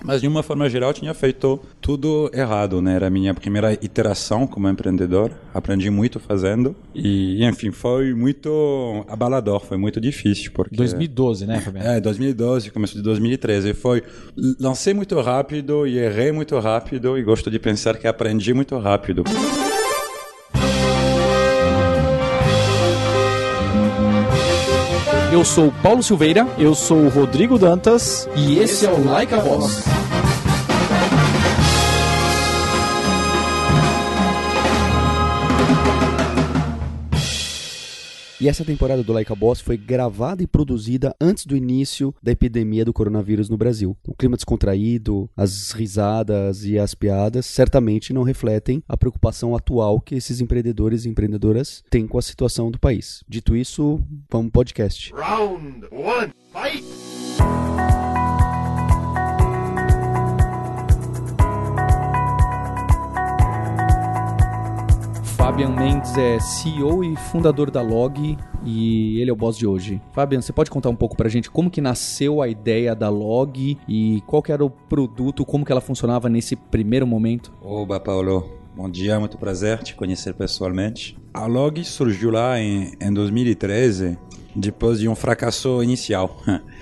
Mas de uma forma geral tinha feito tudo errado, né? Era a minha primeira iteração como empreendedor, aprendi muito fazendo e enfim, foi muito abalador, foi muito difícil. Porque 2012, né, Fabiano? 2012, começo de 2013. Lancei muito rápido e errei muito rápido e gosto de pensar que aprendi muito rápido. Eu sou o Paulo Silveira. Eu sou o Rodrigo Dantas. E esse é o Like a Boss. E essa temporada do Like a Boss foi gravada e produzida antes do início da epidemia do coronavírus no Brasil. O clima descontraído, as risadas e as piadas certamente não refletem a preocupação atual que esses empreendedores e empreendedoras têm com a situação do país. Dito isso, vamos pro podcast. Round 1, fight! Fabian Mendes é CEO e fundador da Log e ele é o boss de hoje. Fabian, você pode contar um pouco pra gente como que nasceu a ideia da Log e qual que era o produto, como que ela funcionava nesse primeiro momento? Oba, Paulo. Bom dia, muito prazer te conhecer pessoalmente. A Log surgiu lá em 2013, depois de um fracasso inicial.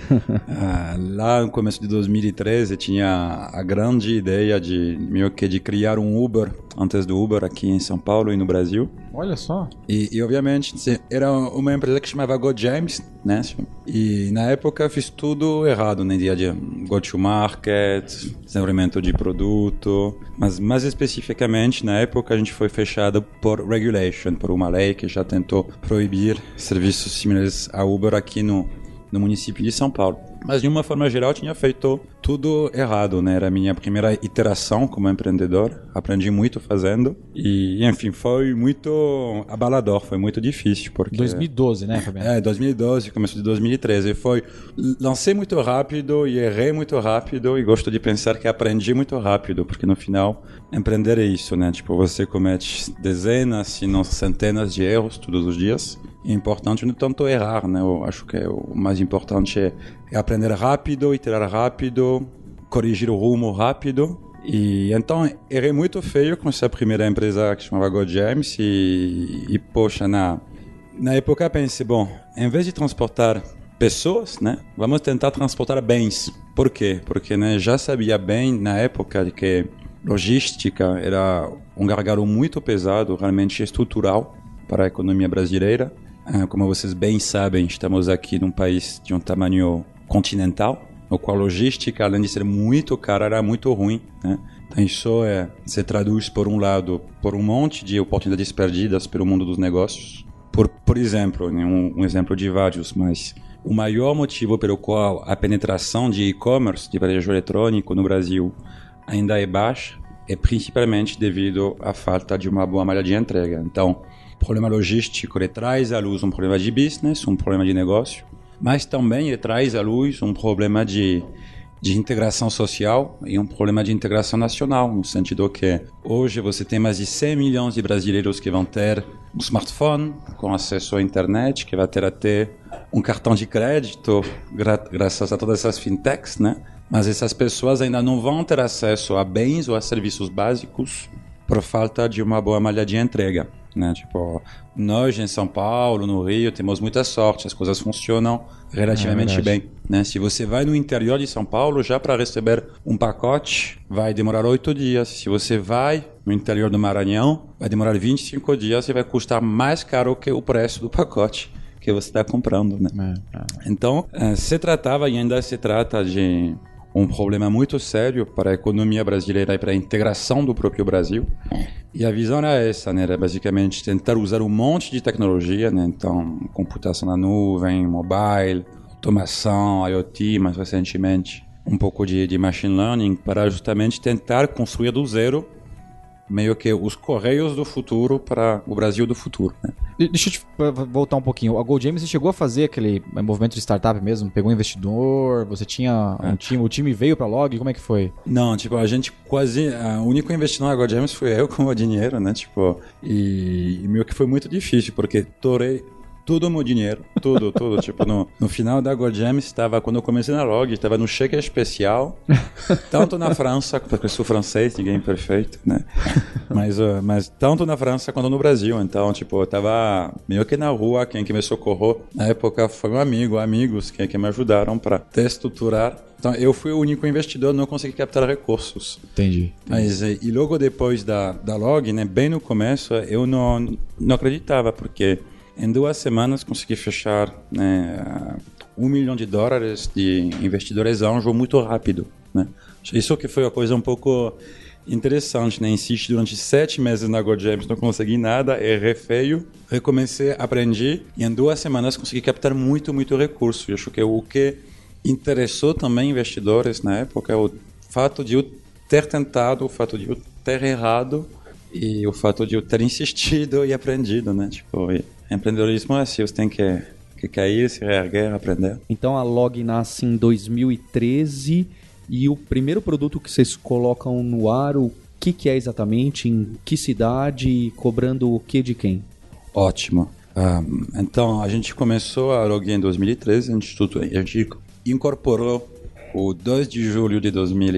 Lá no começo de 2013 tinha a grande ideia de criar um Uber antes do Uber aqui em São Paulo e no Brasil. Olha só. E obviamente era uma empresa que chamava GoGems, né? E na época eu fiz tudo errado, né? Dia de go-to-market, desenvolvimento de produto, mas mais especificamente na época a gente foi fechado por regulation, por uma lei que já tentou proibir serviços similares a Uber aqui no município de São Paulo. Mas de uma forma geral tinha feito tudo errado, né? Era a minha primeira iteração como empreendedor, aprendi muito fazendo e enfim, foi muito abalador, foi muito difícil. Porque 2012, né, Fabiano? 2012, começo de 2013. Lancei muito rápido e errei muito rápido e gosto de pensar que aprendi muito rápido, porque no final, empreender é isso, né? Tipo, você comete dezenas, se não centenas de erros todos os dias. É importante não tanto errar, né? Eu acho que o mais importante é aprender rápido, iterar rápido, corrigir o rumo rápido. E então errei muito feio com essa primeira empresa que chamava GoGems e poxa, na época pensei, bom, em vez de transportar pessoas, né, vamos tentar transportar bens. Por quê? Porque né, já sabia bem na época que logística era um gargalo muito pesado, realmente estrutural para a economia brasileira. Como vocês bem sabem, estamos aqui num país de um tamanho continental, no qual a logística, além de ser muito cara, era muito ruim, né? Então isso se traduz, por um lado, por um monte de oportunidades perdidas pelo mundo dos negócios. Por exemplo, né, um exemplo de vários, mas o maior motivo pelo qual a penetração de e-commerce, de varejo eletrônico no Brasil ainda é baixa, é principalmente devido à falta de uma boa malha de entrega. Então, o problema logístico ele traz à luz um problema de business, um problema de negócio, mas também ele traz à luz um problema de integração social e um problema de integração nacional, no sentido que hoje você tem mais de 100 milhões de brasileiros que vão ter um smartphone com acesso à internet, que vai ter até um cartão de crédito graças a todas essas fintechs, né? Mas essas pessoas ainda não vão ter acesso a bens ou a serviços básicos por falta de uma boa malha de entrega, né? Tipo, nós em São Paulo, no Rio, temos muita sorte, as coisas funcionam relativamente bem, né? Se você vai no interior de São Paulo, já para receber um pacote, vai demorar 8 dias. Se você vai no interior do Maranhão, vai demorar 25 dias e vai custar mais caro que o preço do pacote que você está comprando, né? Então, se tratava e ainda se trata de um problema muito sério para a economia brasileira e para a integração do próprio Brasil. E a visão era essa, né? Era basicamente tentar usar um monte de tecnologia, né? Então, computação na nuvem, mobile, automação, IoT, mais recentemente um pouco de machine learning, para justamente tentar construir do zero meio que os correios do futuro para o Brasil do futuro, né? Deixa eu te voltar um pouquinho. A GoGems, você chegou a fazer aquele movimento de startup mesmo? Pegou um investidor? Você tinha um time? O time veio para a Log? Como é que foi? Não, tipo, a gente quase... O único investidor na GoGems foi eu com o dinheiro, né? Tipo, e meio que foi muito difícil, porque torei todo o meu dinheiro, tudo. Tipo, no final da GoGem quando eu comecei na Log, estava no cheque especial, tanto na França, porque eu sou francês, ninguém é perfeito, né? Mas tanto na França quanto no Brasil. Então, tipo, eu estava meio que na rua, quem que me socorrou na época foi um amigos que me ajudaram para estruturar. Então, eu fui o único investidor, não consegui captar recursos. Entendi. Mas, e logo depois da Log, né, bem no começo, eu não acreditava, porque em 2 semanas consegui fechar, né, $1 milhão de investidores anjo muito rápido, né? Isso que foi uma coisa um pouco interessante, né? Insisti durante 7 meses na GoGems, não consegui nada, errei feio, recomecei, aprendi, e em 2 semanas consegui captar muito recurso. Eu acho que o que interessou também investidores na época é o fato de eu ter tentado, o fato de eu ter errado e o fato de eu ter insistido e aprendido, né? Tipo, empreendedorismo é assim, você tem que cair, se reerguer, aprender. Então a Log nasce em 2013 e o primeiro produto que vocês colocam no ar, o que é exatamente, em que cidade, cobrando o que de quem? Ótimo. Então a gente começou a Log em 2013, a gente incorporou o 2 de julho de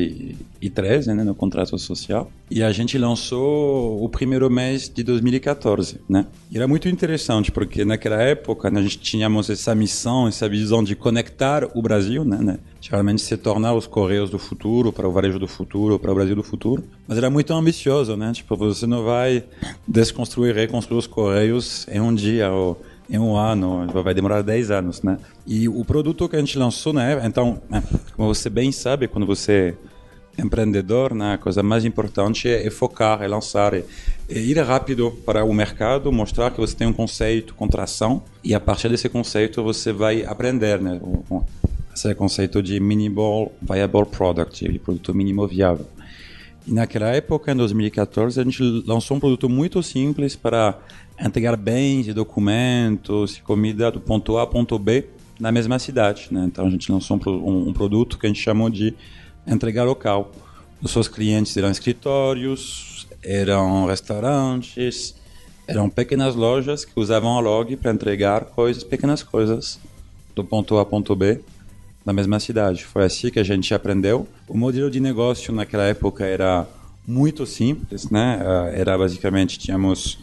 2013, né, no contrato social, e a gente lançou o primeiro mês de 2014, né? E era muito interessante, porque naquela época, né, a gente tínhamos essa missão, essa visão de conectar o Brasil, né, realmente se tornar os Correios do futuro, para o varejo do futuro, para o Brasil do futuro, mas era muito ambicioso, né? Tipo, você não vai desconstruir, reconstruir os Correios em um dia, ou em um ano, vai demorar 10 anos, né? E o produto que a gente lançou, né? Então, como você bem sabe, quando você é empreendedor, né, a coisa mais importante é focar, é lançar, é ir rápido para o mercado, mostrar que você tem um conceito com tração, e a partir desse conceito você vai aprender, né? Esse é o conceito de Minimal Viable Product, de produto mínimo viável. E naquela época, em 2014, a gente lançou um produto muito simples para entregar bens e documentos e comida do ponto A ao ponto B na mesma cidade, né? Então a gente lançou um produto que a gente chamou de entrega local. Os seus clientes eram escritórios, eram restaurantes, eram pequenas lojas que usavam a Log para entregar pequenas coisas do ponto A ao ponto B na mesma cidade. Foi assim que a gente aprendeu. O modelo de negócio naquela época era muito simples, né? Era basicamente, tínhamos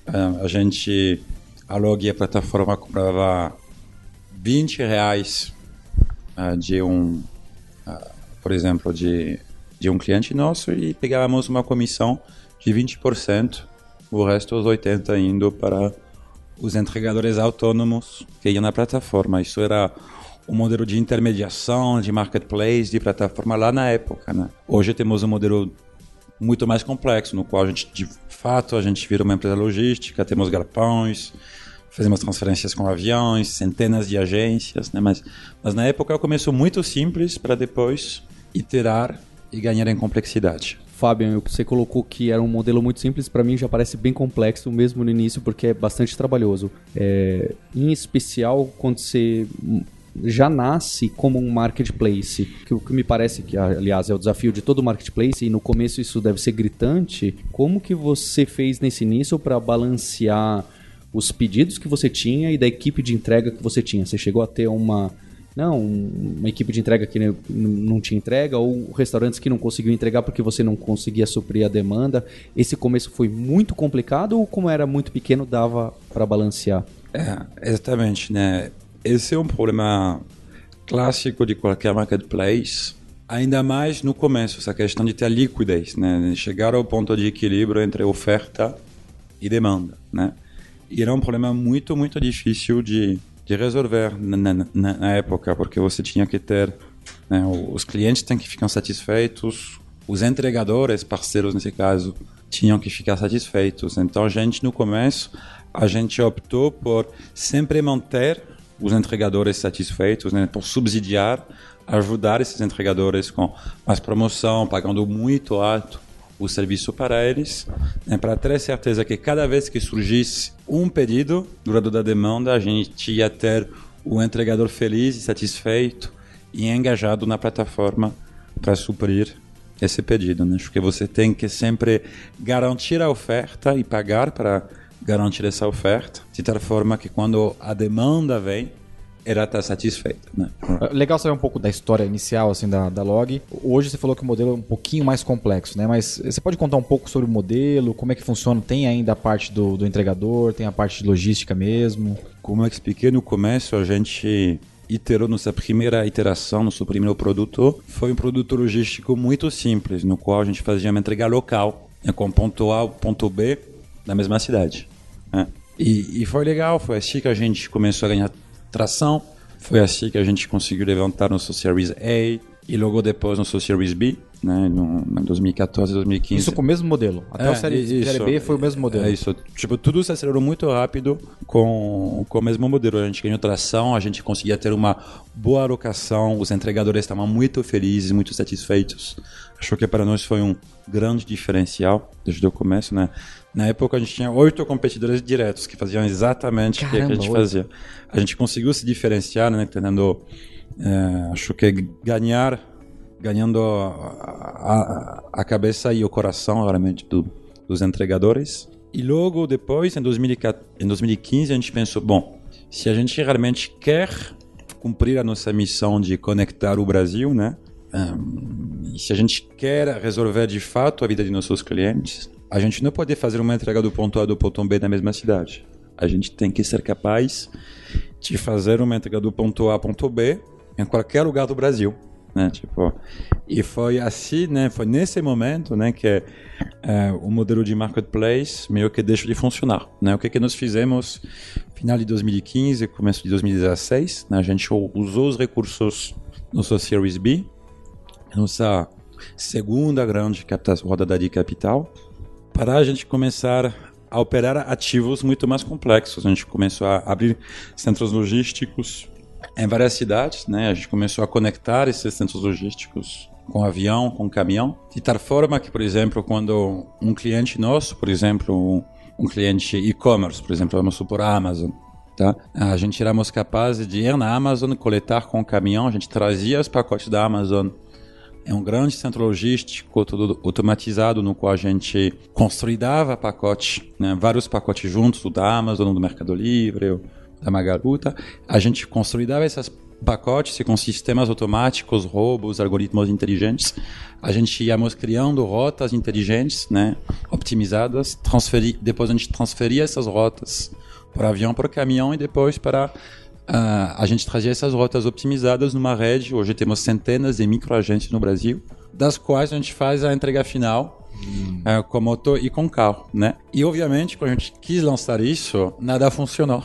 a Log e a plataforma comprava R$20 por exemplo, de um cliente nosso, e pegávamos uma comissão de 20%, o resto, os 80%, indo para os entregadores autônomos que iam na plataforma. Isso era um modelo de intermediação, de marketplace, de plataforma lá na época, né? Hoje temos um modelo muito mais complexo, no qual a gente vira uma empresa logística, temos galpões, fazemos transferências com aviões, centenas de agências, né? Mas na época é um começo muito simples para depois iterar e ganhar em complexidade. Fábio, você colocou que era um modelo muito simples, para mim já parece bem complexo mesmo no início, porque é bastante trabalhoso. Em especial quando você já nasce como um marketplace, que o que me parece que, aliás, é o desafio de todo marketplace, e no começo isso deve ser gritante. Como que você fez nesse início para balancear os pedidos que você tinha e da equipe de entrega que você tinha? Você chegou a ter uma equipe de entrega que não tinha entrega, ou restaurantes que não conseguiam entregar porque você não conseguia suprir a demanda? Esse começo foi muito complicado, ou como era muito pequeno dava para balancear? Exatamente, né? Esse é um problema clássico de qualquer marketplace, ainda mais no começo, essa questão de ter a liquidez, né? Chegar ao ponto de equilíbrio entre oferta e demanda, né? E era um problema muito, muito difícil de resolver na época, porque você tinha que ter, né, os clientes têm que ficar satisfeitos, os entregadores, parceiros nesse caso, tinham que ficar satisfeitos. Então no começo, a gente optou por sempre manter os entregadores satisfeitos, né, por subsidiar, ajudar esses entregadores com mais promoção, pagando muito alto o serviço para eles, né, para ter certeza que cada vez que surgisse um pedido do lado da demanda, a gente ia ter o entregador feliz e satisfeito e engajado na plataforma para suprir esse pedido, né? Porque você tem que sempre garantir a oferta e pagar para garantir essa oferta, de tal forma que quando a demanda vem, ela está satisfeita, né? Legal saber um pouco da história inicial assim, da Log. Hoje você falou que o modelo é um pouquinho mais complexo, né? Mas você pode contar um pouco sobre o modelo, como é que funciona? Tem ainda a parte do entregador, tem a parte de logística mesmo? Como eu expliquei no começo, a gente iterou nossa primeira iteração, nosso primeiro produto. Foi um produto logístico muito simples, no qual a gente fazia uma entrega local, com ponto A ao ponto B na mesma cidade, né? E foi legal, foi assim que a gente começou a ganhar tração, foi assim que a gente conseguiu levantar nosso Series A e logo depois nosso Series B, né, em 2014, 2015. Isso com o mesmo modelo? Até o Série B foi o mesmo modelo? É isso. Tipo, tudo se acelerou muito rápido com o mesmo modelo. A gente ganhou tração, a gente conseguia ter uma boa alocação, os entregadores estavam muito felizes, muito satisfeitos. Acho que para nós foi um grande diferencial desde o começo, né? Na época a gente tinha 8 competidores diretos que faziam exatamente o que a gente fazia. A gente conseguiu se diferenciar, né? Tentando, acho que ganhando a cabeça e o coração realmente dos entregadores. E logo depois, em 2015, a gente pensou, bom, se a gente realmente quer cumprir a nossa missão de conectar o Brasil, né? E se a gente quer resolver de fato a vida de nossos clientes, a gente não pode fazer uma entrega do ponto A do ponto B na mesma cidade. A gente tem que ser capaz de fazer uma entrega do ponto A ao ponto B em qualquer lugar do Brasil, né? Tipo, e foi assim, né? Foi nesse momento, né, que o modelo de marketplace meio que deixou de funcionar, né? O que nós fizemos final de 2015, começo de 2016, né? A gente usou os recursos do nosso Series B, nossa segunda grande rodada de capital, para a gente começar a operar ativos muito mais complexos. A gente começou a abrir centros logísticos em várias cidades, né? A gente começou a conectar esses centros logísticos com avião, com caminhão, de tal forma que, por exemplo, quando um cliente nosso, por exemplo, um cliente e-commerce, por exemplo, vamos supor a Amazon, tá? A gente éramos capazes de ir na Amazon, coletar com o caminhão, a gente trazia os pacotes da Amazon. É um grande centro logístico, tudo automatizado, no qual a gente consolidava pacotes, né? Vários pacotes juntos, o da Amazon, do Mercado Livre, o da Magaluta. A gente consolidava esses pacotes com sistemas automáticos, robôs, algoritmos inteligentes. A gente íamos criando rotas inteligentes, né? Optimizadas. Depois a gente transferia essas rotas para avião, para caminhão e depois para... a gente trazia essas rotas optimizadas numa rede. Hoje temos centenas de microagências no Brasil, das quais a gente faz a entrega final com moto e com carro, né? E obviamente, quando a gente quis lançar isso, nada funcionou.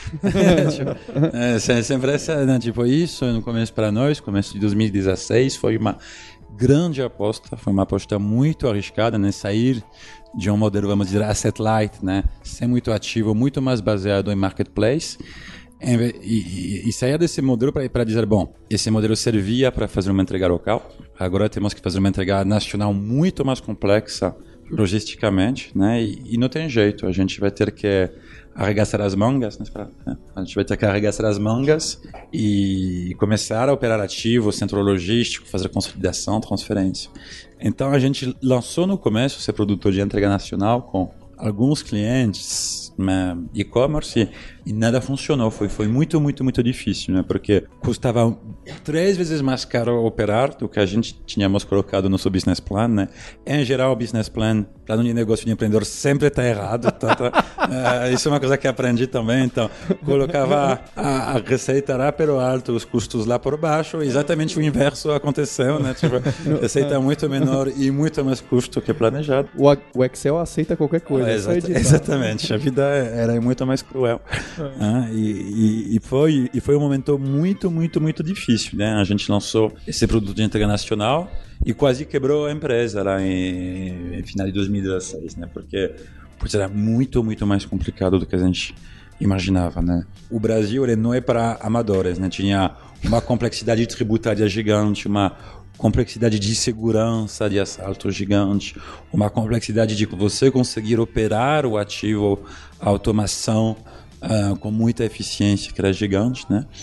Sempre essa, né? Tipo, isso no começo para nós, começo de 2016, foi uma grande aposta, foi uma aposta muito arriscada, né? Sair de um modelo, vamos dizer, asset light, né? Ser muito ativo, muito mais baseado em marketplace. E saía desse modelo para dizer, bom, esse modelo servia para fazer uma entrega local, agora temos que fazer uma entrega nacional muito mais complexa logisticamente, né? E não tem jeito, a gente vai ter que arregaçar as mangas, né? A gente vai ter que arregaçar as mangas e começar a operar ativo, centro logístico, fazer consolidação, transferência. Então a gente lançou no começo esse produto de entrega nacional com alguns clientes e-commerce e nada funcionou. Foi muito, muito, muito difícil, né? Porque custava 3 vezes mais caro operar do que a gente tínhamos colocado no nosso business plan, né? Em geral, o business plan, plano de negócio de empreendedor sempre está errado. Isso é uma coisa que aprendi também. Então, colocava a receita lá pelo alto, os custos lá por baixo. Exatamente o inverso aconteceu, né? Tipo, receita muito menor e muito mais custo que planejado. O Excel aceita qualquer coisa. Exatamente. A vida era muito mais cruel. E foi um momento muito, muito, muito difícil, né? A gente lançou esse produto de entrega nacional e quase quebrou a empresa lá em final de 2016, né? Porque era muito, muito mais complicado do que a gente imaginava, né? O Brasil, ele não é para amadores, né? Tinha uma complexidade tributária gigante, uma complexidade de segurança, de assalto gigante, uma complexidade de você conseguir operar o ativo, a automação com muita eficiência, que era gigante, né?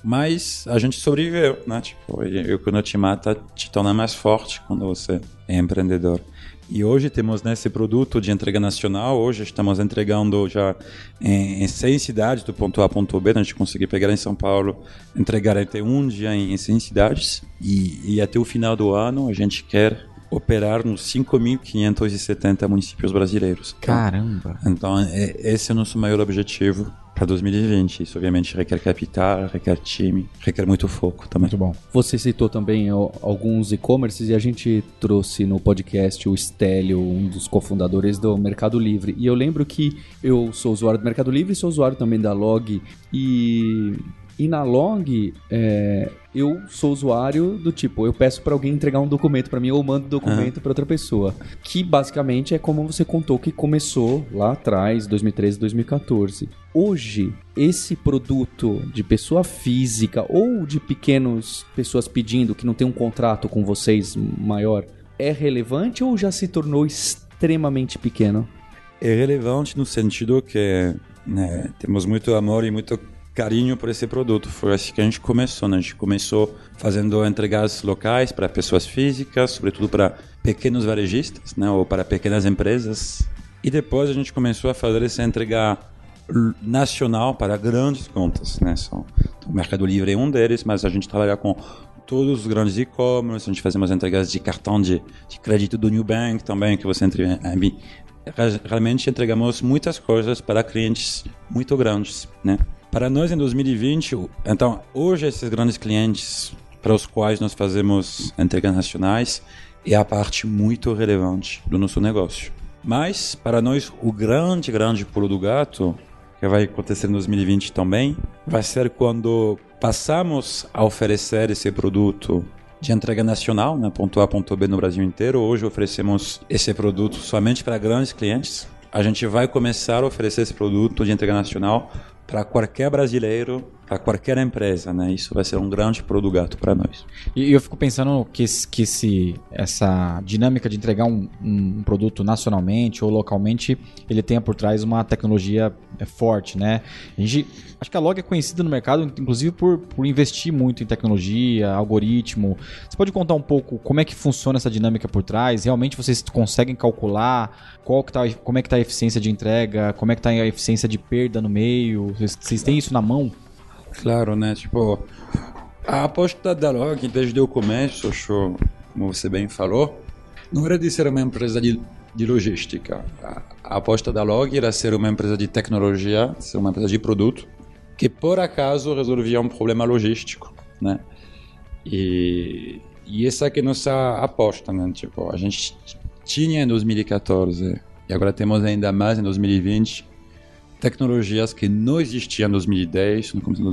Mas a gente sobreviveu, né? Tipo, e o Konochimata te torna mais forte quando você é empreendedor. E hoje temos esse produto de entrega nacional. Hoje estamos entregando já em 100 cidades, do ponto A ao ponto B. A gente conseguiu pegar em São Paulo, entregar até um dia em 100 cidades. E até o final do ano a gente quer operar nos 5.570 municípios brasileiros. Caramba! Então, esse é o nosso maior objetivo para 2020. Isso, obviamente, requer capital, requer time, requer muito foco também. Muito bom. Você citou também alguns e-commerces e a gente trouxe no podcast o Stélio, um dos cofundadores do Mercado Livre. E eu lembro que eu sou usuário do Mercado Livre e sou usuário também da Log. E na Log, eu sou usuário do tipo, eu peço para alguém entregar um documento para mim ou mando documento para outra pessoa. Que basicamente é como você contou que começou lá atrás, 2013, 2014. Hoje, esse produto de pessoa física ou de pequenas pessoas pedindo que não tem um contrato com vocês maior, é relevante ou já se tornou extremamente pequeno? É relevante no sentido que, né, temos muito amor e muito carinho por esse produto. Foi assim que a gente começou, né? A gente começou fazendo entregas locais para pessoas físicas, sobretudo para pequenos varejistas, né? Ou para pequenas empresas. E depois a gente começou a fazer essa entrega nacional para grandes contas, né? Então, o Mercado Livre é um deles, mas a gente trabalha com todos os grandes e-commerce. A gente fazemos entregas de cartão de crédito do Nubank também, que você entrega. Realmente entregamos muitas coisas para clientes muito grandes, né? Para nós, em 2020, então, hoje, esses grandes clientes para os quais nós fazemos entregas nacionais é a parte muito relevante do nosso negócio. Mas, para nós, o grande pulo do gato, que vai acontecer em 2020 também, vai ser quando passamos a oferecer esse produto de entrega nacional, né, ponto A, ponto B no Brasil inteiro. Hoje oferecemos esse produto somente para grandes clientes. A gente vai começar a oferecer esse produto de entrega nacional para qualquer brasileiro, para qualquer empresa, né? Isso vai ser um grande pulo do gato para nós. E eu fico pensando que essa dinâmica de entregar um produto nacionalmente ou localmente, ele tenha por trás uma tecnologia forte, né? Acho que a Log é conhecida no mercado, inclusive por investir muito em tecnologia, algoritmo. Você pode contar um pouco como é que funciona essa dinâmica por trás? Realmente vocês conseguem calcular como é que está a eficiência de entrega, como é que está a eficiência de perda no meio? Vocês têm isso na mão? Claro, né? Tipo, a aposta da Log desde o começo, como você bem falou, não era de ser uma empresa de logística. A aposta da Log era ser uma empresa de tecnologia, ser uma empresa de produto, que por acaso resolvia um problema logístico, né? E essa que é a nossa aposta, né? Tipo, a gente tinha em 2014 e agora temos ainda mais em 2020 tecnologias que não existiam em 2010,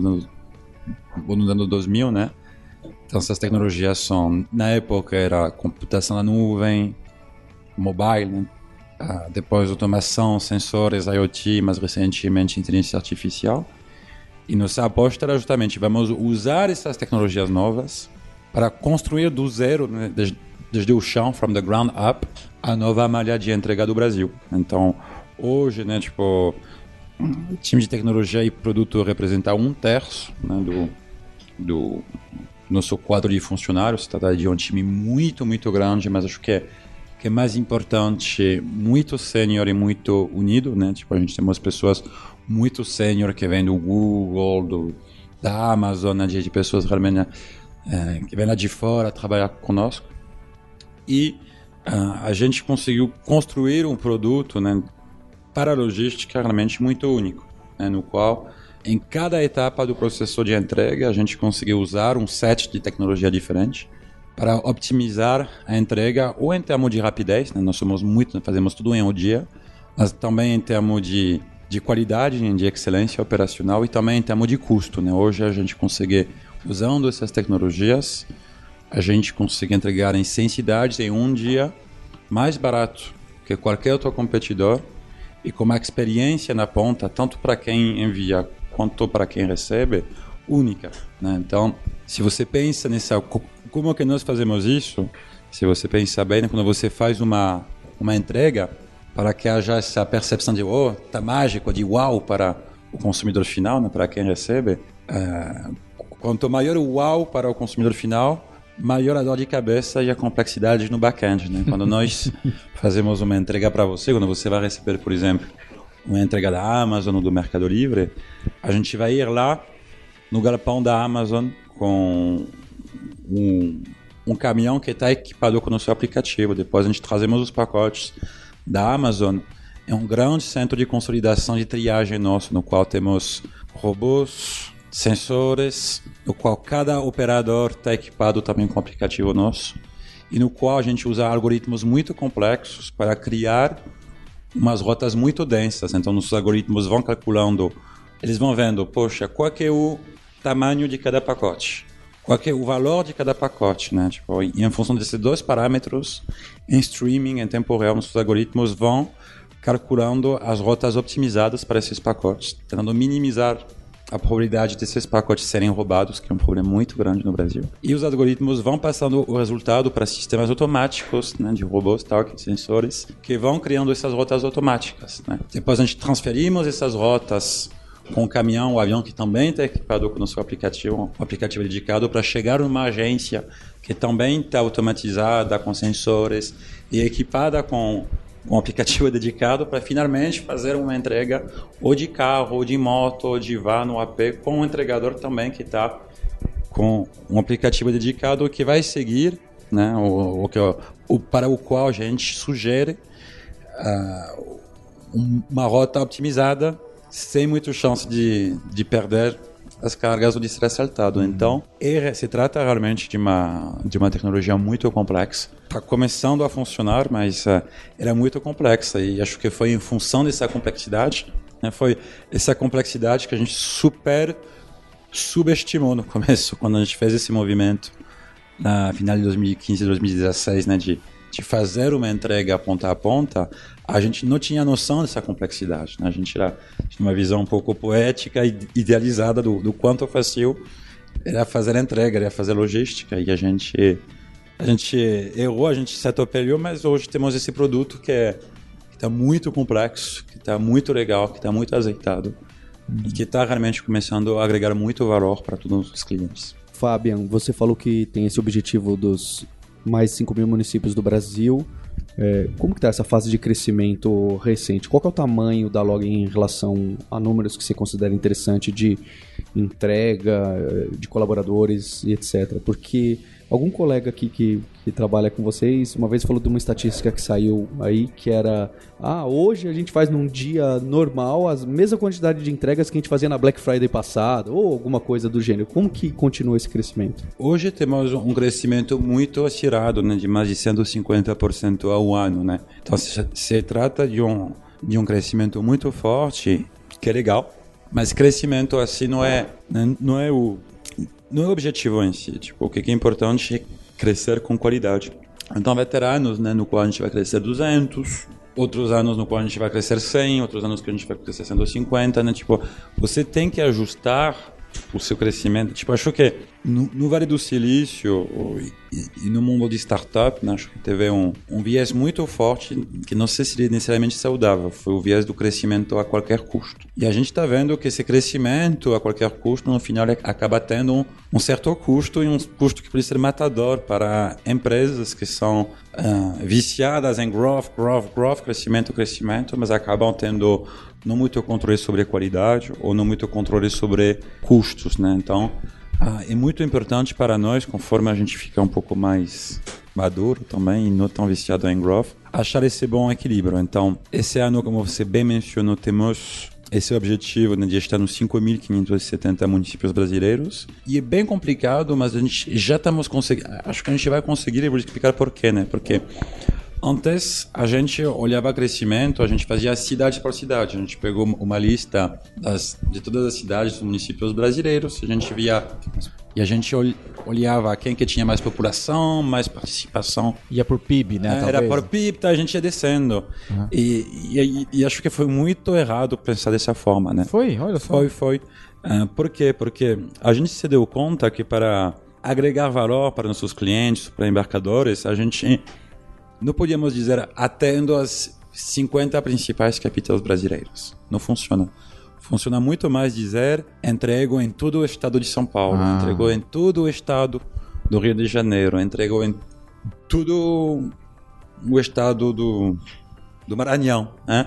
nos anos 2000, né? Então essas tecnologias são, na época era computação na nuvem, mobile, né? Depois automação, sensores, IoT, mais recentemente inteligência artificial. E nossa aposta era justamente, vamos usar essas tecnologias novas para construir do zero, né, desde o chão, from the ground up, a nova malha de entrega do Brasil. Então, hoje, né, tipo, o time de tecnologia e produto representa 1/3, né, do nosso quadro de funcionários. Se trata de um time muito grande, mas acho que é mais importante, muito sênior e muito unido, né? Tipo, a gente tem umas pessoas muito sênior que vêm do Google, da Amazon, né? De pessoas realmente que vêm lá de fora trabalhar conosco. E a gente conseguiu construir um produto, né, para a logística realmente muito único, né? No qual, em cada etapa do processo de entrega, a gente conseguiu usar um set de tecnologia diferente para otimizar a entrega, ou em termos de rapidez, né? Nós fazemos tudo em um dia, mas também em termos de qualidade, de excelência operacional e também em termos de custo, né? Hoje a gente consegue, usando essas tecnologias, a gente consegue entregar em 100 cidades em um dia, mais barato que qualquer outro competidor e com uma experiência na ponta, tanto para quem envia quanto para quem recebe, única, né? Então, se você pensa como que nós fazemos isso, se você pensar bem, quando você faz uma entrega, para que haja essa percepção de tá mágico, de uau para o consumidor final, né, para quem recebe, quanto maior o uau para o consumidor final, maior a dor de cabeça e a complexidade no back-end, né? Quando nós fazemos uma entrega para você, quando você vai receber, por exemplo, uma entrega da Amazon ou do Mercado Livre, a gente vai ir lá no galpão da Amazon com um caminhão que está equipado com o nosso aplicativo. Depois a gente trazemos os pacotes da Amazon. É um grande centro de consolidação de triagem nosso, no qual temos robôs, sensores, no qual cada operador está equipado também com o aplicativo nosso, e no qual a gente usa algoritmos muito complexos para criar umas rotas muito densas. Então, nossos algoritmos vão calculando, eles vão vendo, poxa, qual que é o tamanho de cada pacote, qual que é o valor de cada pacote, né? Tipo, e em função desses dois parâmetros, em streaming, em tempo real, nossos algoritmos vão calculando as rotas optimizadas para esses pacotes, tentando minimizar a probabilidade desses pacotes serem roubados, que é um problema muito grande no Brasil. E os algoritmos vão passando o resultado para sistemas automáticos, né, de robôs, tal, sensores, que vão criando essas rotas automáticas, né? Depois a gente transferimos essas rotas com o caminhão, o avião que também está equipado com o nosso aplicativo, um aplicativo dedicado para chegar numa agência que também está automatizada, com sensores e equipada com um aplicativo dedicado para finalmente fazer uma entrega ou de carro, ou de moto, ou de van no AP, com um entregador também que está com um aplicativo dedicado que vai seguir, né, para o qual a gente sugere uma rota optimizada sem muita chance de perder as cargas ou de ser assaltado. Então, se trata realmente de uma tecnologia muito complexa. Está começando a funcionar, mas era muito complexa, e acho que foi em função dessa complexidade, né, foi essa complexidade que a gente subestimou no começo, quando a gente fez esse movimento na final de 2015 e 2016, né, de fazer uma entrega ponta a ponta. A gente não tinha noção dessa complexidade, né? A gente tinha uma visão um pouco poética e idealizada do quanto fácil era fazer a entrega, era fazer logística, e a gente errou, a gente se atropelou, mas hoje temos esse produto que está muito complexo, que está muito legal, que está muito azeitado e que está realmente começando a agregar muito valor para todos os clientes. Fabian, você falou que tem esse objetivo dos mais 5 mil municípios do Brasil. Como que está essa fase de crescimento recente? Qual que é o tamanho da Log em relação a números que você considera interessante de entrega, de colaboradores e etc? Porque algum colega aqui que trabalha com vocês uma vez falou de uma estatística que saiu aí, que era hoje a gente faz num dia normal a mesma quantidade de entregas que a gente fazia na Black Friday passada, ou alguma coisa do gênero. Como que continua esse crescimento? Hoje temos um crescimento muito acirrado, né, de mais de 150% ao ano, né? Então se trata de um crescimento muito forte, que é legal, mas crescimento assim não é o objetivo em si. Tipo, o que é importante é crescer com qualidade. Então vai ter anos, né, no qual a gente vai crescer 200, outros anos no qual a gente vai crescer 100, outros anos que a gente vai crescer 150, né? Tipo, você tem que ajustar o seu crescimento. Tipo, acho que no Vale do Silício e no mundo de startup, né, acho que teve um viés muito forte que não sei se é necessariamente saudável. Foi o viés do crescimento a qualquer custo. E a gente está vendo que esse crescimento a qualquer custo, no final, acaba tendo um certo custo, e um custo que pode ser matador para empresas que são viciadas em growth, crescimento, mas acabam tendo não muito controle sobre a qualidade ou não muito controle sobre custos, né? Então, é muito importante para nós, conforme a gente fica um pouco mais maduro também e não tão viciado em growth, achar esse bom equilíbrio. Então, esse ano, como você bem mencionou, temos esse objetivo, né, de estar nos 5.570 municípios brasileiros. E é bem complicado, mas a gente já estamos conseguindo. Acho que a gente vai conseguir, e vou explicar por quê, né? Porque antes, a gente olhava crescimento, a gente fazia cidade por cidade. A gente pegou uma lista de todas as cidades dos municípios brasileiros, a gente via e a gente olhava quem que tinha mais população, mais participação. Ia por PIB, né? Era por PIB, tá, a gente ia descendo. Uhum. E acho que foi muito errado pensar dessa forma, né? Foi, olha só. Foi. Por quê? Porque a gente se deu conta que para agregar valor para nossos clientes, para embarcadores, a gente não podíamos dizer atendo as 50 principais capitais brasileiras. Não funciona. Funciona muito mais dizer entrego em todo o estado de São Paulo, entregou em todo o estado do Rio de Janeiro, entregou em todo o estado do Maranhão, né?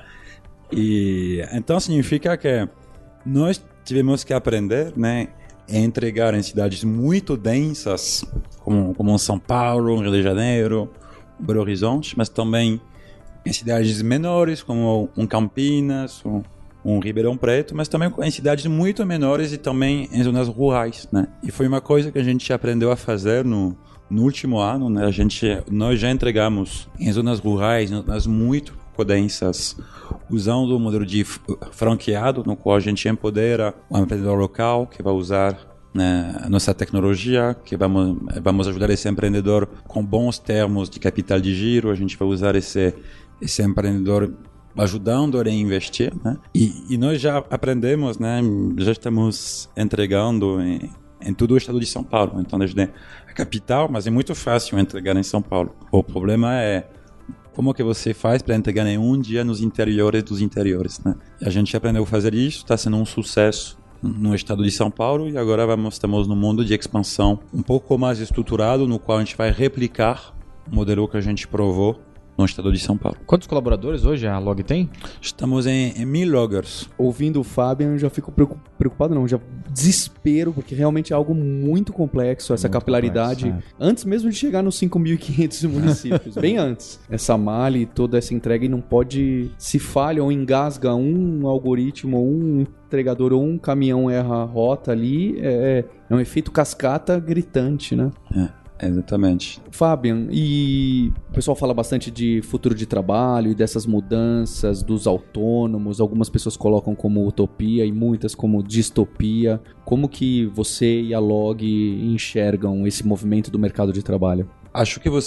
E então significa que nós tivemos que aprender, né, a entregar em cidades muito densas, como São Paulo, Rio de Janeiro, Belo Horizonte, mas também em cidades menores, como Campinas, Ribeirão Preto, mas também em cidades muito menores e também em zonas rurais, né? E foi uma coisa que a gente aprendeu a fazer no último ano, né? Nós já entregamos em zonas rurais, em zonas muito densas, usando o modelo de franqueado, no qual a gente empodera o empreendedor local, que vai usar, né, a nossa tecnologia, que vamos ajudar esse empreendedor com bons termos de capital de giro, a gente vai usar esse empreendedor ajudando a reinvestir, né? E nós já aprendemos, né? Já estamos entregando em todo o estado de São Paulo, então desde a capital, mas é muito fácil entregar em São Paulo. O problema é como que você faz para entregar em um dia nos interiores dos interiores, né? E a gente aprendeu a fazer isso, está sendo um sucesso no estado de São Paulo e agora estamos no mundo de expansão um pouco mais estruturado, no qual a gente vai replicar o modelo que a gente provou no estado de São Paulo. Quantos colaboradores hoje a Log tem? Estamos em 1.000 loggers. Ouvindo o Fabian, eu já fico preocupado, não, já desespero, porque realmente é algo muito complexo, essa muito capilaridade. Complexo, Antes mesmo de chegar nos 5.500 municípios, bem antes. Essa malha e toda essa entrega, e não pode, se falha ou engasga um algoritmo, ou um entregador ou um caminhão erra a rota ali, é um efeito cascata gritante, né? Exatamente. Fabian, e o pessoal fala bastante de futuro de trabalho e dessas mudanças dos autônomos, algumas pessoas colocam como utopia e muitas como distopia. Como que você e a Log enxergam esse movimento do mercado de trabalho? Acho que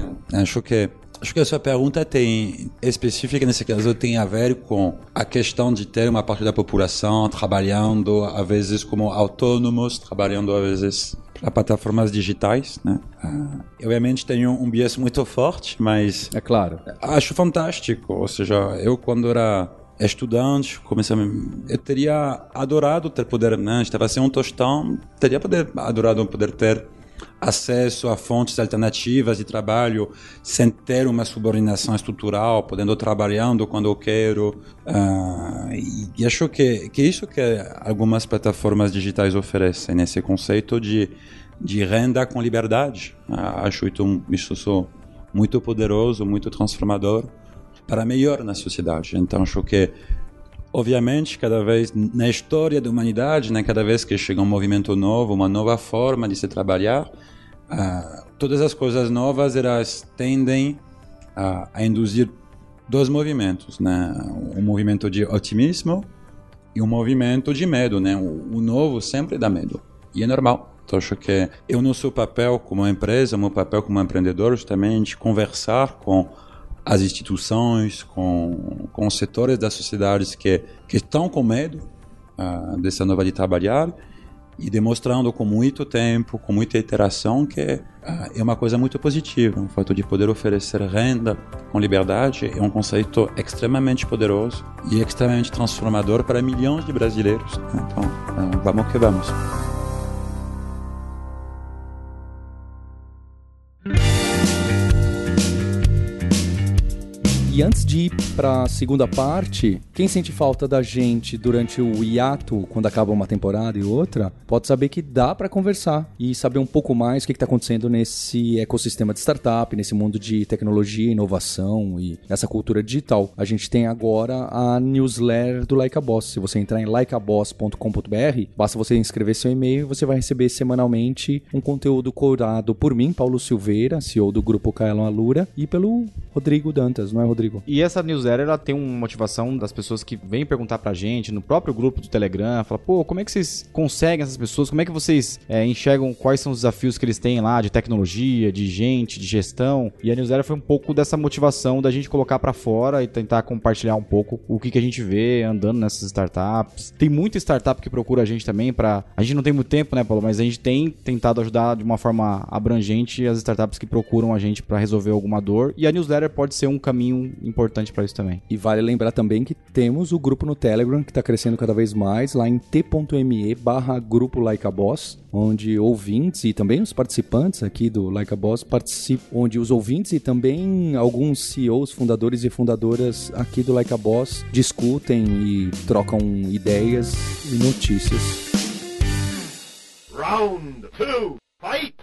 a sua pergunta específica nesse caso tem a ver com a questão de ter uma parte da população trabalhando às vezes como autônomos, trabalhando às vezes para plataformas digitais, né? Obviamente tenho um bias muito forte, mas é claro, acho fantástico. Ou seja, eu quando era estudante, eu teria adorado ter poder, né? Estava sem um tostão, teria adorado poder ter acesso a fontes alternativas de trabalho sem ter uma subordinação estrutural, podendo trabalhando quando eu quero. E acho que isso que algumas plataformas digitais oferecem, nesse conceito de renda com liberdade. Acho isso muito poderoso, muito transformador para melhor na sociedade. Então acho que, obviamente, cada vez na história da humanidade, né, cada vez que chega um movimento novo, uma nova forma de se trabalhar, todas as coisas novas elas tendem a induzir dois movimentos, né? Um movimento de otimismo e um movimento de medo, né? O novo sempre dá medo e é normal. Então acho que o nosso papel como empresa, meu papel como empreendedor, justamente conversar com as instituições, com os setores das sociedades que estão com medo dessa nova de trabalhar, e demonstrando com muito tempo, com muita iteração, que é uma coisa muito positiva. O fato de poder oferecer renda com liberdade é um conceito extremamente poderoso e extremamente transformador para milhões de brasileiros. Então, vamos que vamos. E antes de ir para a segunda parte, quem sente falta da gente durante o hiato, quando acaba uma temporada e outra, pode saber que dá para conversar e saber um pouco mais o que está acontecendo nesse ecossistema de startup, nesse mundo de tecnologia, inovação e essa cultura digital. A gente tem agora a newsletter do Like a Boss. Se você entrar em likeaboss.com.br, basta você inscrever seu e-mail e você vai receber semanalmente um conteúdo curado por mim, Paulo Silveira, CEO do Grupo Kaelon Alura, e pelo Rodrigo Dantas, não é, Rodrigo? E essa newsletter, ela tem uma motivação das pessoas que vêm perguntar pra gente no próprio grupo do Telegram, fala, pô, como é que vocês conseguem essas pessoas, como é que vocês enxergam quais são os desafios que eles têm lá de tecnologia, de gente, de gestão, e a newsletter foi um pouco dessa motivação da gente colocar pra fora e tentar compartilhar um pouco o que a gente vê andando nessas startups. Tem muita startup que procura a gente também a gente não tem muito tempo, né, Paulo, mas a gente tem tentado ajudar de uma forma abrangente as startups que procuram a gente pra resolver alguma dor, e a newsletter pode ser um caminho bem importante para isso também. E vale lembrar também que temos o grupo no Telegram, que está crescendo cada vez mais, lá em t.me/grupo Like a Boss, onde ouvintes e também os participantes aqui do Like a Boss participam, onde os ouvintes e também alguns CEOs, fundadores e fundadoras aqui do Like a Boss discutem e trocam ideias e notícias. Round 2, fight!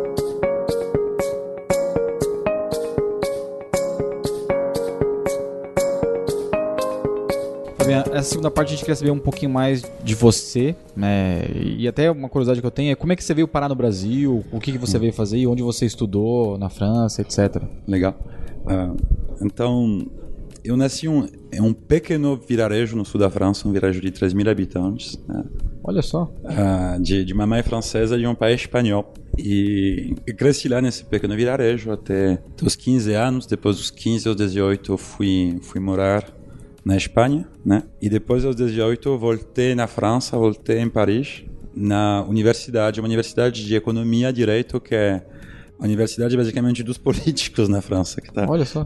Essa segunda parte a gente quer saber um pouquinho mais de você, né? E até uma curiosidade que eu tenho é como é que você veio parar no Brasil, o que você veio fazer e onde você estudou, na França, etc. Legal. Então, eu nasci em um pequeno vilarejo no sul da França, um vilarejo de 3.000 habitantes, né? Olha só. De uma mãe francesa de um pai espanhol. E eu cresci lá nesse pequeno vilarejo até os 15 anos. Depois dos 15 aos 18 eu fui morar na Espanha, né? E depois aos 18 voltei na França, voltei em Paris, na universidade, uma universidade de economia e direito, que é a universidade basicamente dos políticos na França, que tá. Olha só.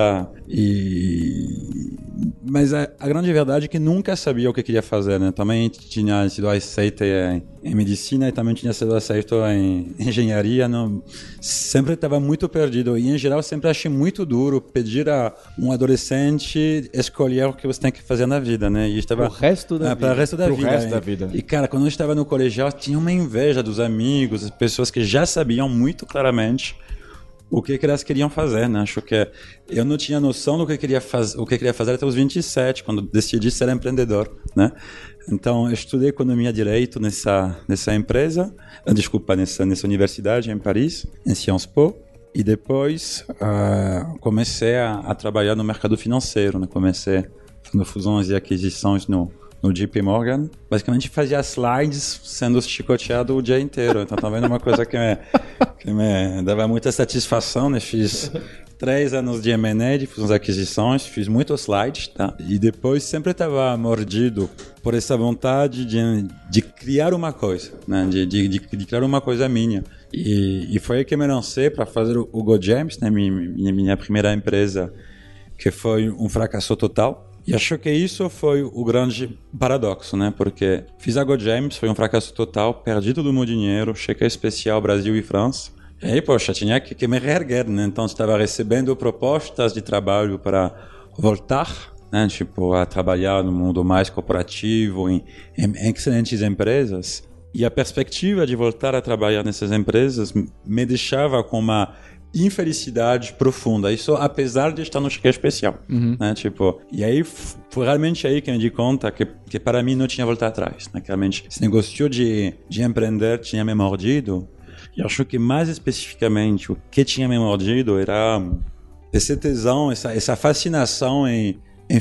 Mas a grande verdade é que nunca sabia o que queria fazer, né? Também tinha sido aceito em medicina e também tinha sido aceito em engenharia, não. Sempre estava muito perdido e em geral sempre achei muito duro pedir a um adolescente escolher o que você tem que fazer na vida, né? E estava O resto da vida. para o resto da Pro vida. resto da vida. E cara, quando eu estava no colegial, tinha uma inveja dos amigos, as pessoas que já sabiam muito claramente o que elas queriam fazer, né? Acho que eu não tinha noção do que queria fazer até os 27, quando decidi ser empreendedor, né? Então, eu estudei economia e direito nessa empresa, nessa universidade em Paris, em Sciences Po, e depois comecei a trabalhar no mercado financeiro, né? Comecei fazendo fusões e aquisições no JP Morgan. Basicamente fazia slides sendo chicoteado o dia inteiro. Então também é uma coisa que me dava muita satisfação, né? Fiz 3 anos de M&A, de fusões e aquisições, fiz muitos slides, tá? E depois sempre estava mordido por essa vontade de criar uma coisa, né? De criar uma coisa minha. E foi aí que me lancei para fazer o GoGems, né? Minha primeira empresa, que foi um fracasso total. E acho que isso foi o grande paradoxo, né? Porque fiz a GoGems, foi um fracasso total, perdi todo o meu dinheiro, cheque especial Brasil e França. E aí, poxa, tinha que me reerguer, né? Então, estava recebendo propostas de trabalho para voltar, né? Tipo, a trabalhar no mundo mais corporativo, em excelentes empresas. E a perspectiva de voltar a trabalhar nessas empresas me deixava com uma infelicidade profunda, isso apesar de estar no cheque especial, né? Tipo, e aí foi realmente aí que me di conta que para mim não tinha volta atrás, né? Que realmente esse negócio de empreender tinha me mordido, e acho que mais especificamente o que tinha me mordido era esse tesão, essa fascinação em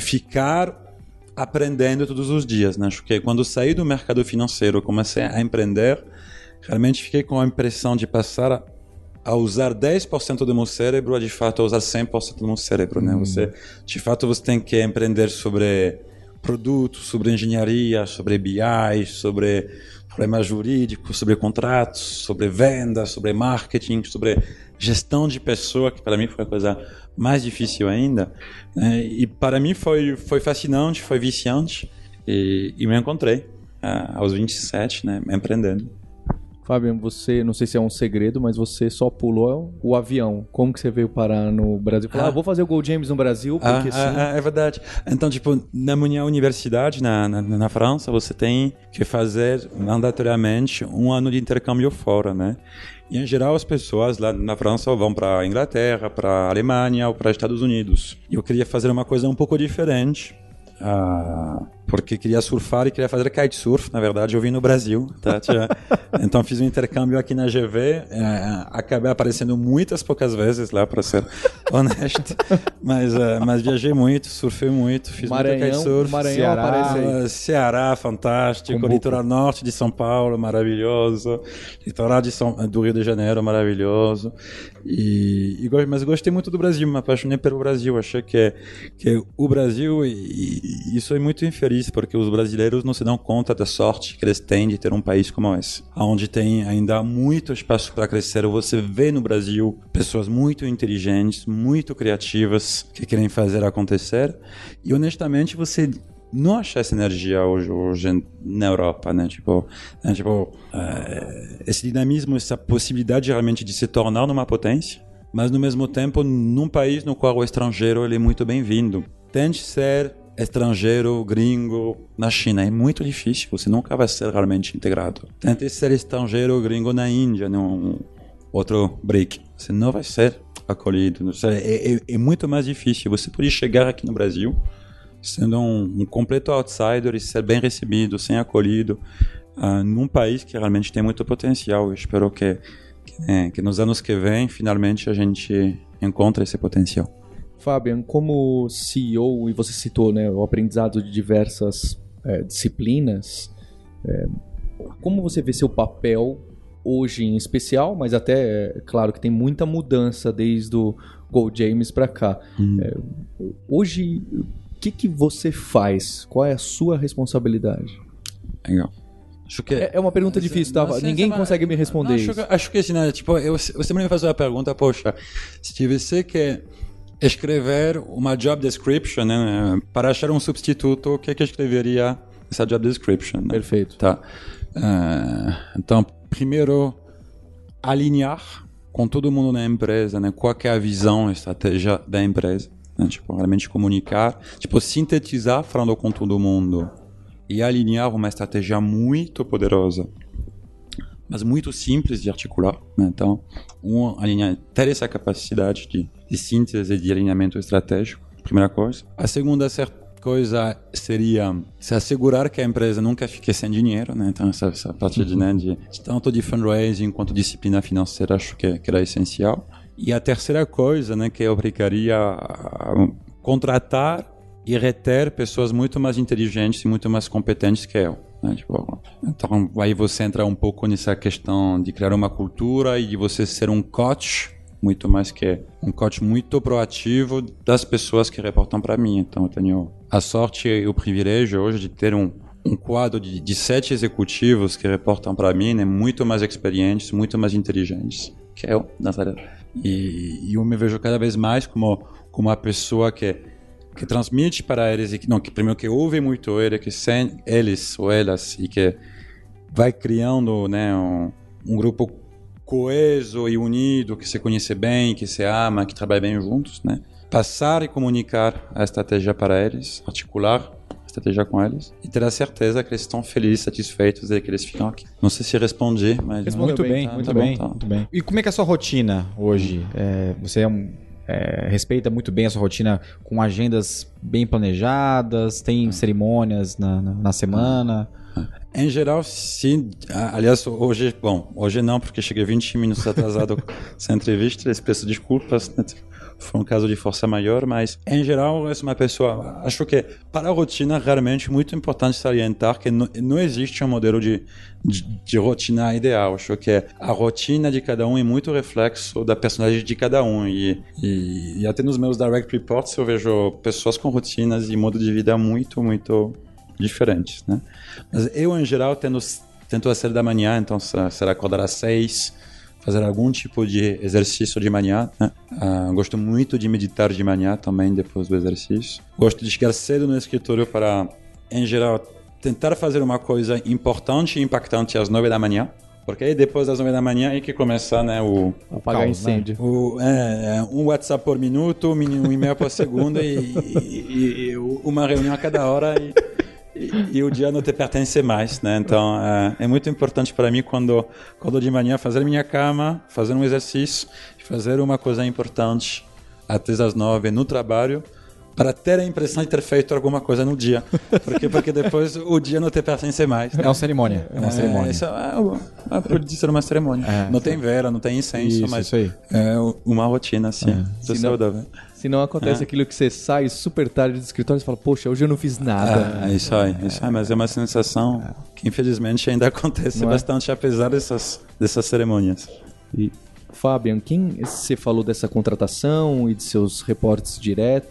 ficar aprendendo todos os dias, né? Acho que quando saí do mercado financeiro, comecei a empreender, realmente fiquei com a impressão de passar a usar 10% do meu cérebro a de fato a usar 100% do meu cérebro, né? De fato você tem que empreender sobre produtos, sobre engenharia, sobre BI, sobre problemas jurídicos, sobre contratos, sobre vendas, sobre marketing, sobre gestão de pessoa, que para mim foi a coisa mais difícil ainda, né? E para mim foi fascinante, foi viciante, e me encontrei aos 27, né, empreendendo. Fábio, você, não sei se é um segredo, mas você só pulou o avião. Como que você veio parar no Brasil? Falou, vou fazer o GoGems no Brasil, porque sim. É verdade. Então, tipo, na minha universidade, na França, você tem que fazer mandatoriamente 1 ano de intercâmbio fora, né? E, em geral, as pessoas lá na França vão para a Inglaterra, para a Alemanha ou para os Estados Unidos. E eu queria fazer uma coisa um pouco diferente. Porque queria surfar e queria fazer kitesurf. Na verdade, eu vim no Brasil, tá? Então fiz um intercâmbio aqui na GV, acabei aparecendo muitas poucas vezes lá, para ser honesto, mas viajei muito, surfei muito, fiz muito kitesurf. Maranhão Ceará, aparece aí. Ceará, fantástico, Cumbuco. litoral norte de São Paulo, maravilhoso, litoral do Rio de Janeiro, maravilhoso, mas gostei muito do Brasil, me apaixonei pelo Brasil, achei que o Brasil, e isso é muito inferior feliz porque os brasileiros não se dão conta da sorte que eles têm de ter um país como esse, onde tem ainda muito espaço para crescer. Você vê no Brasil pessoas muito inteligentes, muito criativas, que querem fazer acontecer. E honestamente, você não acha essa energia hoje na Europa, né? Esse dinamismo, essa possibilidade realmente de se tornar numa potência, mas no mesmo tempo num país no qual o estrangeiro ele é muito bem-vindo. Tente ser estrangeiro, gringo na China, é muito difícil, você nunca vai ser realmente integrado. Tente ser estrangeiro, gringo na Índia, num outro BRIC, você não vai ser acolhido. É muito mais difícil. Você pode chegar aqui no Brasil sendo um completo outsider e ser bem recebido, sem acolhido, num país que realmente tem muito potencial. Eu espero que nos anos que vêm, finalmente, a gente encontre esse potencial. Fabian, como CEO, e você citou, né, o aprendizado de diversas disciplinas, como você vê seu papel hoje em especial, mas até, claro que tem muita mudança desde o GoJames para cá. Hoje, o que você faz? Qual é a sua responsabilidade? Legal. Acho que é uma pergunta difícil, tá? Ninguém consegue me responder isso. Acho que assim, né? Você me faz uma pergunta, poxa, se tivesse que escrever uma job description, né, para achar um substituto, o que eu escreveria nessa job description? Né? Perfeito. Tá. Então, primeiro, alinhar com todo mundo na empresa, né, qual que é a visão, a estratégia da empresa, né, realmente comunicar, sintetizar falando com todo mundo e alinhar uma estratégia muito poderosa, mas muito simples de articular, né? Então, ter essa capacidade de síntese e de alinhamento estratégico, primeira coisa. A segunda coisa seria se assegurar que a empresa nunca fique sem dinheiro, né? Então, essa parte de tanto de fundraising quanto disciplina financeira, acho que era essencial. E a terceira coisa, né, que eu aplicaria a contratar e reter pessoas muito mais inteligentes e muito mais competentes que eu. Né? Então, aí você entra um pouco nessa questão de criar uma cultura e de você ser um coach, muito mais que um coach muito proativo das pessoas que reportam para mim. Então, eu tenho a sorte e o privilégio hoje de ter um quadro de 7 executivos que reportam para mim, né, muito mais experientes, muito mais inteligentes que eu, na verdade. E eu me vejo cada vez mais como uma pessoa que transmite para eles, que primeiro que ouve muito eles ou elas, e que vai criando, né, um grupo coeso e unido, que se conhece bem, que se ama, que trabalha bem juntos, né? Passar e comunicar a estratégia para eles, articular a estratégia com eles e ter a certeza que eles estão felizes, satisfeitos e que eles ficam aqui. Não sei se respondi, mas... Respondeu muito bem. E como é que é a sua rotina hoje? Você respeita muito bem a sua rotina com agendas bem planejadas, tem cerimônias na semana? Em geral, sim. Aliás, hoje não, porque cheguei 20 minutos atrasado sem entrevista, peço desculpas, né? Foi um caso de força maior, mas em geral eu sou uma pessoa, acho que para a rotina realmente muito importante salientar que não existe um modelo de rotina ideal. Acho que a rotina de cada um é muito reflexo da personalidade de cada um e até nos meus direct reports eu vejo pessoas com rotinas e modo de vida muito, muito diferentes, né? Mas eu em geral tento às 7 da manhã, então será acordar às 6, fazer algum tipo de exercício de manhã, né? Gosto muito de meditar de manhã também, depois do exercício. Gosto de chegar cedo no escritório para, em geral, tentar fazer uma coisa importante e impactante às 9 da manhã, porque aí depois das 9 da manhã é que começa, né, apagar incêndio. Um WhatsApp por minuto, um e-mail por segundo e uma reunião a cada hora e o dia não te pertence mais, né? Então, é muito importante para mim quando de manhã fazer minha cama, fazer um exercício, fazer uma coisa importante até as 9 no trabalho, para ter a impressão de ter feito alguma coisa no dia. Porque depois o dia não te pertence mais. É uma cerimônia. Isso pode ser uma cerimônia. Não tem vela, não tem incenso, mas é uma rotina, assim. Saudável. Se não acontece aquilo que você sai super tarde do escritório e fala, poxa, hoje eu não fiz nada. Isso aí, mas é uma sensação que infelizmente ainda acontece bastante, apesar dessas cerimônias. E, Fabian, você falou dessa contratação e de seus reportes direto,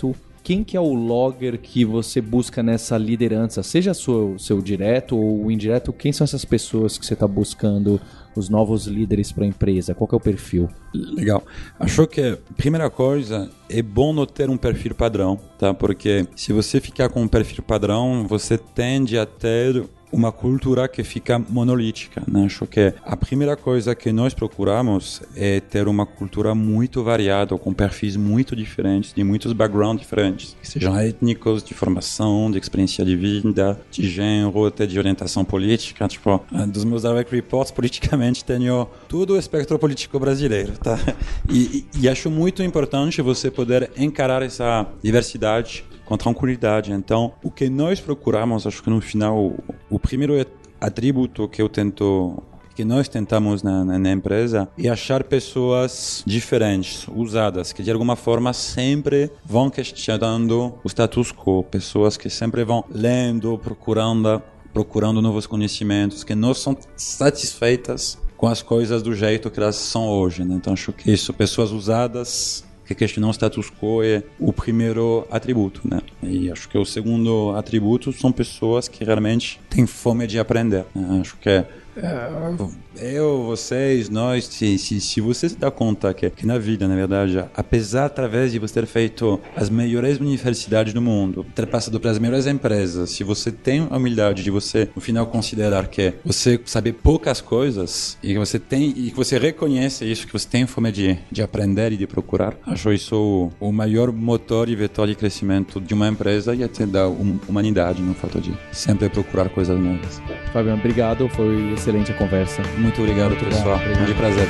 quem que é o logger que você busca nessa liderança? Seja seu direto ou indireto, quem são essas pessoas que você está buscando, os novos líderes para a empresa? Qual que é o perfil? Legal. Acho que, primeira coisa, é bom não ter um perfil padrão, tá? Porque se você ficar com um perfil padrão, você tende a ter uma cultura que fica monolítica, né? Acho que a primeira coisa que nós procuramos é ter uma cultura muito variada, com perfis muito diferentes, de muitos backgrounds diferentes, que sejam étnicos, de formação, de experiência de vida, de gênero, até de orientação política. Tipo, dos meus direct reports, politicamente, tenho todo o espectro político brasileiro, tá? E acho muito importante você poder encarar essa diversidade com tranquilidade. Então, o que nós procuramos, acho que no final, o primeiro atributo que nós tentamos na empresa é achar pessoas diferentes, usadas, que de alguma forma sempre vão questionando o status quo, pessoas que sempre vão lendo, procurando novos conhecimentos, que não são satisfeitas com as coisas do jeito que elas são hoje, né? Então, acho que isso, pessoas usadas, que questionam o status quo, é o primeiro atributo, né? E acho que o segundo atributo são pessoas que realmente têm fome de aprender, né? Acho que eu, vocês, nós, se você se dá conta que na vida, na verdade, apesar, através de você ter feito as melhores universidades do mundo, ter passado pelas melhores empresas, se você tem a humildade de você, no final, considerar que você sabe poucas coisas e que você reconhece isso, que você tem fome de aprender e de procurar, acho isso o maior motor e vetor de crescimento de uma empresa e até da humanidade, no fato de sempre procurar coisas novas. Fabiano, obrigado, foi excelente a conversa. Muito obrigado, pessoal. Muito prazer.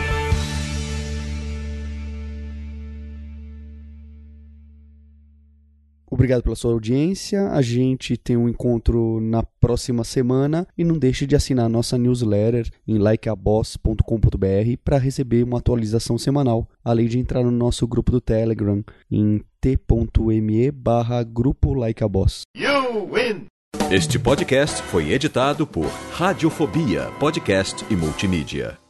Obrigado pela sua audiência. A gente tem um encontro na próxima semana e não deixe de assinar a nossa newsletter em likeaboss.com.br para receber uma atualização semanal, além de entrar no nosso grupo do Telegram em t.me/grupo likeaboss. You win! Este podcast foi editado por Radiofobia, podcast e multimídia.